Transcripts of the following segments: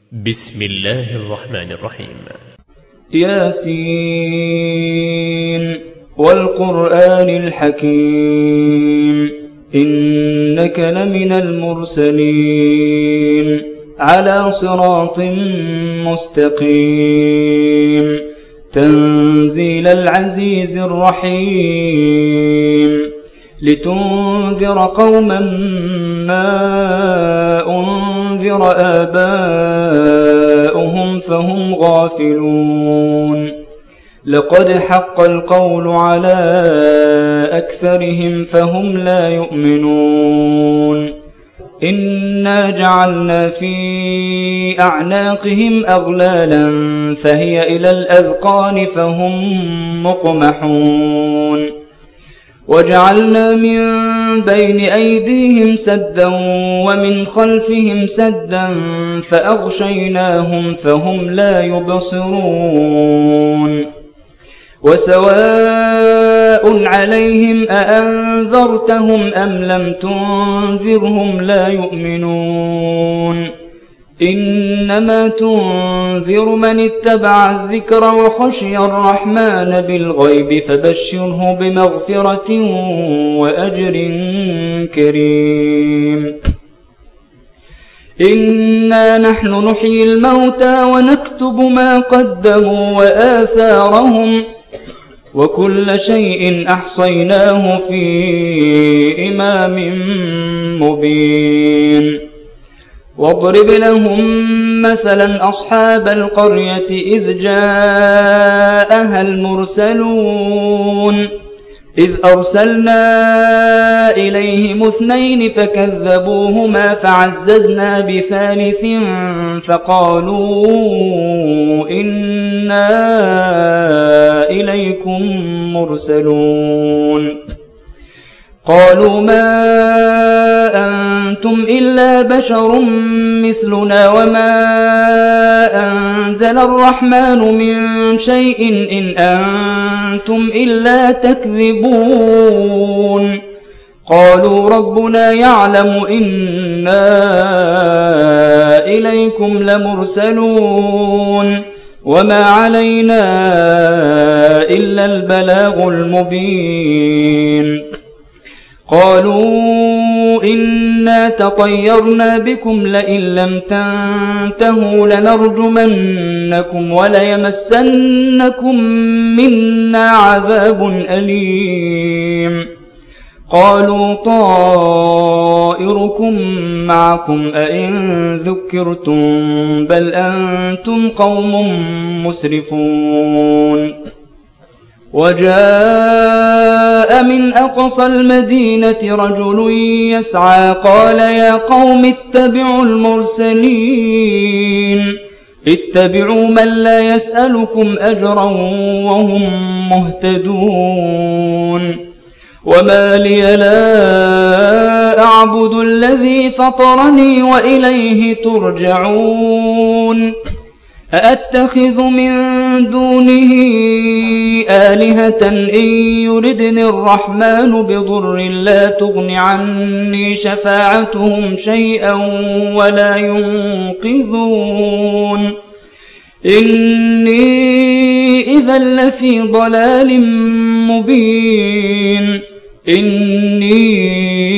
بسم الله الرحمن الرحيم. ياسين والقرآن الحكيم إنك لمن المرسلين على صراط مستقيم تنزيل العزيز الرحيم لتنذر قوما ما أنذر آباؤهم فهم غافلون لقد حق القول على أكثرهم فهم لا يؤمنون إنا جعلنا في أعناقهم أغلالا فهي إلى الأذقان فهم مقمحون وجعلنا من بين أيديهم سدا ومن خلفهم سدا فأغشيناهم فهم لا يبصرون وسواء عليهم أأنذرتهم أم لم تنذرهم لا يؤمنون إنما تنذر من اتبع الذكر وخشي الرحمن بالغيب فبشره بمغفرة وأجر كريم إنا نحن نحيي الموتى ونكتب ما قدموا وآثارهم وكل شيء أحصيناه في إمام مبين واضرب لهم مثلا أصحاب القرية إذ جاءها المرسلون إذ أرسلنا إليهم 2 فكذبوهما فعززنا بثالث فقالوا إنا إليكم مرسلون قالوا ما أنتم إلا بشر مثلنا وما أنزل الرحمن من شيء إن أنتم إلا تكذبون قالوا ربنا يعلم إنا إليكم لمرسلون وما علينا إلا البلاغ المبين قالوا إنا تطيرنا بكم لئن لم تنتهوا لنرجمنكم وليمسنكم منا عذاب أليم قالوا طائركم معكم أئن ذكرتم بل أنتم قوم مسرفون وجاء من أقصى المدينة رجل يسعى قال يا قوم اتبعوا المرسلين اتبعوا من لا يسألكم أجرا وهم مهتدون وما لي لا أعبد الذي فطرني وإليه ترجعون أأتخذ من دونه آلهة إن يردني الرحمن بضر لا تغن عني شفاعتهم شيئا ولا ينقذون إني إذا لفي ضلال مبين إني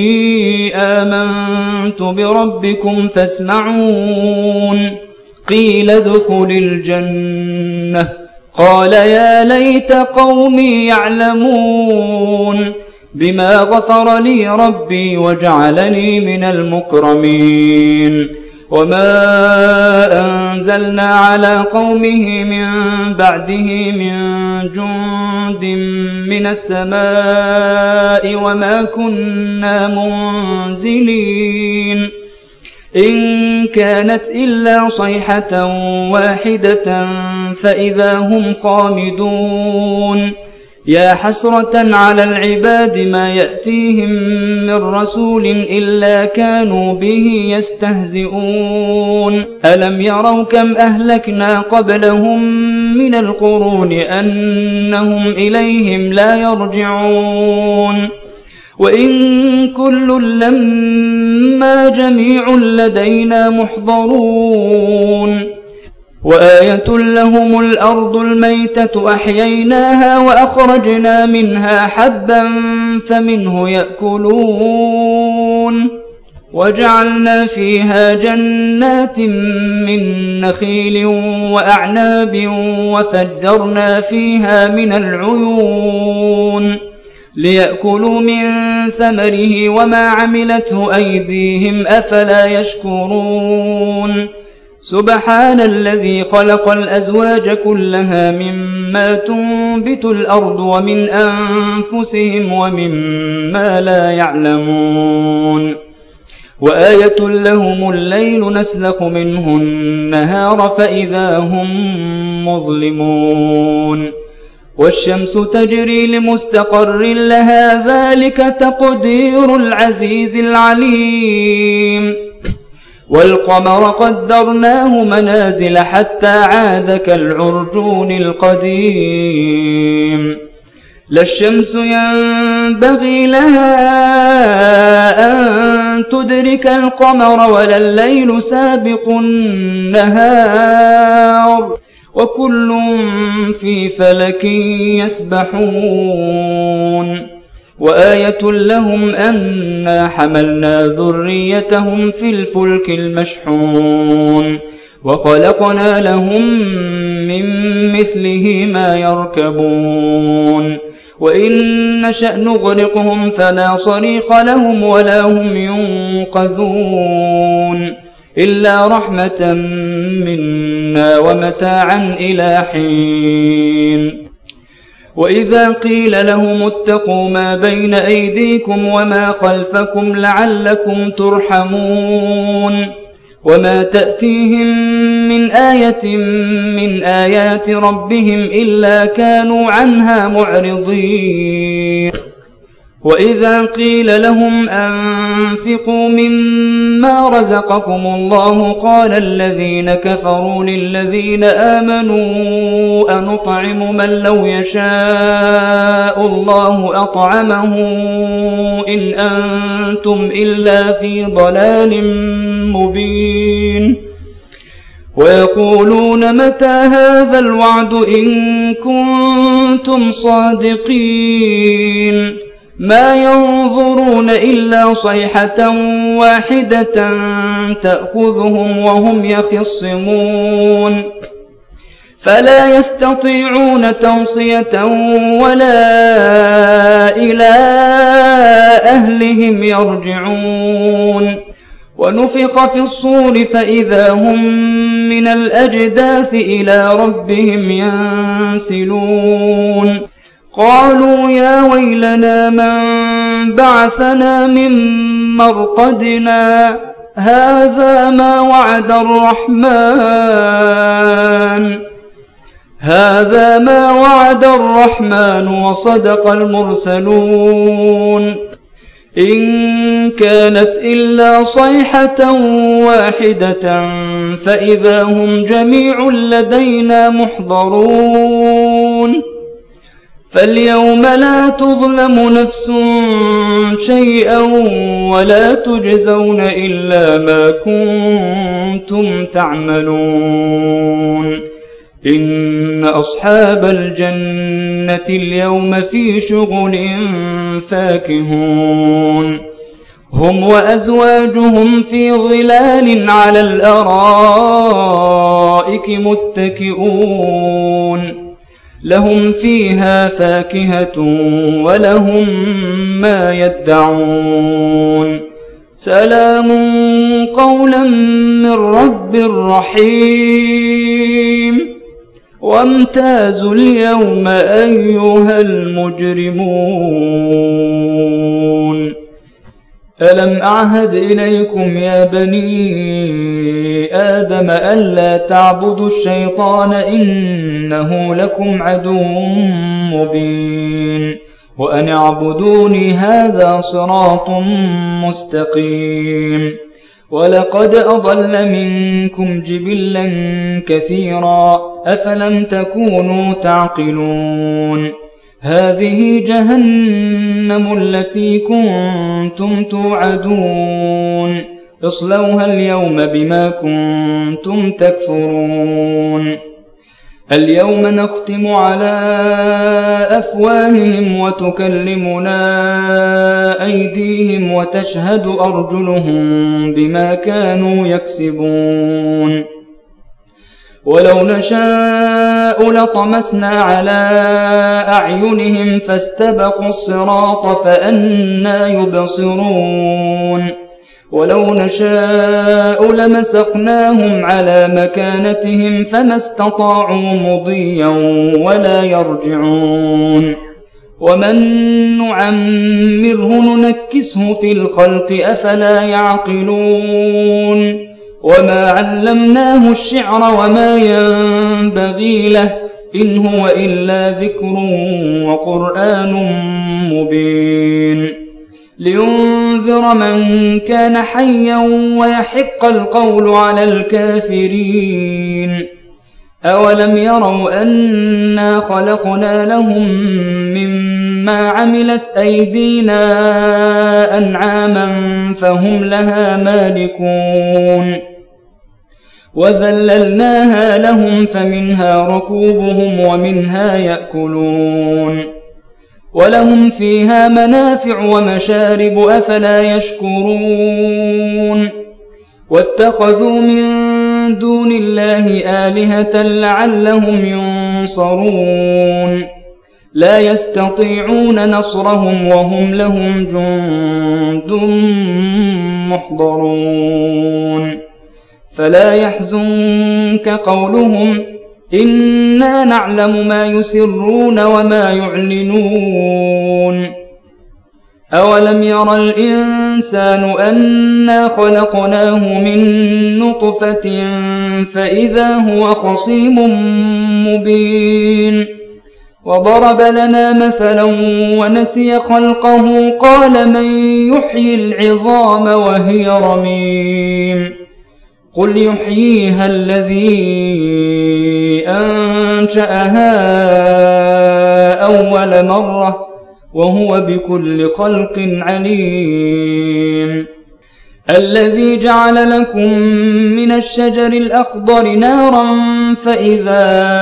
آمنت بربكم فاسمعون قيل ادخل الجنة قال يا ليت قومي يعلمون بما غفر لي ربي وجعلني من المكرمين وما أنزلنا على قومه من بعده من جند من السماء وما كنا منزلين إن كانت إلا صيحة واحدة فإذا هم خامدون يا حسرة على العباد ما يأتيهم من رسول إلا كانوا به يستهزئون ألم يروا كم أهلكنا قبلهم من القرون أنهم إليهم لا يرجعون وإن كل لما جميع لدينا محضرون وآية لهم الأرض الميتة أحييناها وأخرجنا منها حبا فمنه يأكلون وجعلنا فيها جنات من نخيل وأعناب وفجرنا فيها من العيون ليأكلوا من ثمره وما عملته أيديهم أفلا يشكرون سبحان الذي خلق الأزواج كلها مما تنبت الأرض ومن أنفسهم ومما لا يعلمون وآية لهم الليل نسلخ منه النهار فإذا هم مظلمون والشمس تجري لمستقر لها ذلك تقدير العزيز العليم والقمر قدرناه منازل حتى عاد كالعرجون القديم لا الشمس ينبغي لها أن تدرك القمر ولا الليل سابق النهار وكل في فلك يسبحون وآية لهم أنا حملنا ذريتهم في الفلك المشحون وخلقنا لهم من مثله ما يركبون وإن نشأ نغرقهم فلا صريخ لهم ولا هم ينقذون إلا رحمة منا ومتاعا إلى حين وإذا قيل لهم اتقوا ما بين أيديكم وما خلفكم لعلكم ترحمون وما تأتيهم من آية من آيات ربهم إلا كانوا عنها معرضين وإذا قيل لهم أنفقوا مما رزقكم الله قال الذين كفروا للذين آمنوا أنطعم من لو يشاء الله أطعمه إن أنتم إلا في ضلال مبين ويقولون متى هذا الوعد إن كنتم صادقين ما ينظرون إلا صيحة واحدة تأخذهم وهم يخصمون فلا يستطيعون توصية ولا إلى أهلهم يرجعون ونفخ في الصور فإذا هم من الأجداث إلى ربهم ينسلون قالوا يا ويلنا من بعثنا من مرقدنا هذا ما وعد الرحمن وصدق المرسلون إن كانت إلا صيحة واحدة فإذا هم جميع لدينا محضرون فاليوم لا تظلم نفس شيئا ولا تجزون إلا ما كنتم تعملون إن أصحاب الجنة اليوم في شغل فاكهون هم وأزواجهم في ظلال على الأرائك متكئون لهم فيها فاكهة ولهم ما يدعون سلام قولا من رب رحيم وامتازوا اليوم أيها المجرمون ألم أعهد إليكم يا بني آدم ألا تعبدوا الشيطان إنه لكم عدو مبين وأن اعبدوني هذا صراط مستقيم ولقد أضل منكم جبلا كثيرا أفلم تكونوا تعقلون هذه جهنم التي كنتم توعدون اصلوها اليوم بما كنتم تكفرون اليوم نختم على أفواههم وتكلمنا أيديهم وتشهد أرجلهم بما كانوا يكسبون ولو نشاء لطمسنا على أعينهم فاستبقوا الصراط فأنى يبصرون ولو نشاء لمسخناهم على مكانتهم فما استطاعوا مضيا ولا يرجعون ومن نعمره ننكسه في الخلق أفلا يعقلون وما علمناه الشعر وما ينبغي له إن هو إلا ذكر وقرآن مبين لينذر من كان حيا ويحق القول على الكافرين أولم يروا أنا خلقنا لهم مما عملت أيدينا أنعاما فهم لها مالكون وذللناها لهم فمنها ركوبهم ومنها يأكلون ولهم فيها منافع ومشارب أفلا يشكرون واتخذوا من دون الله آلهة لعلهم ينصرون لا يستطيعون نصرهم وهم لهم جند محضرون فلا يحزنك قولهم إنا نعلم ما يسرون وما يعلنون أولم ير الإنسان أنا خلقناه من نطفة فإذا هو خصيم مبين وضرب لنا مثلا ونسي خلقه قال من يحيي العظام وهي رميم قل يحييها الذي أنشأها أول مرة وهو بكل خلق عليم الذي جعل لكم من الشجر الأخضر نارا فإذا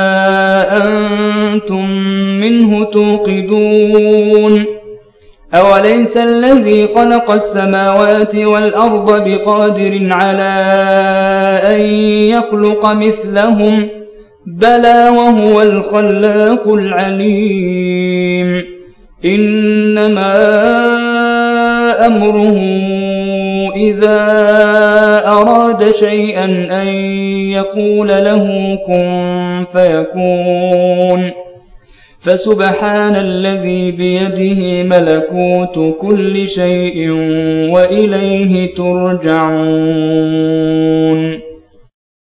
أنتم منه توقدون أوليس الذي خلق السماوات والأرض بقادر على أن يخلق مثلهم بلى وهو الخلاق العليم إنما أمره إذا أراد شيئا أن يقول له كن فيكون فسبحان الذي بيده ملكوت كل شيء وإليه ترجعون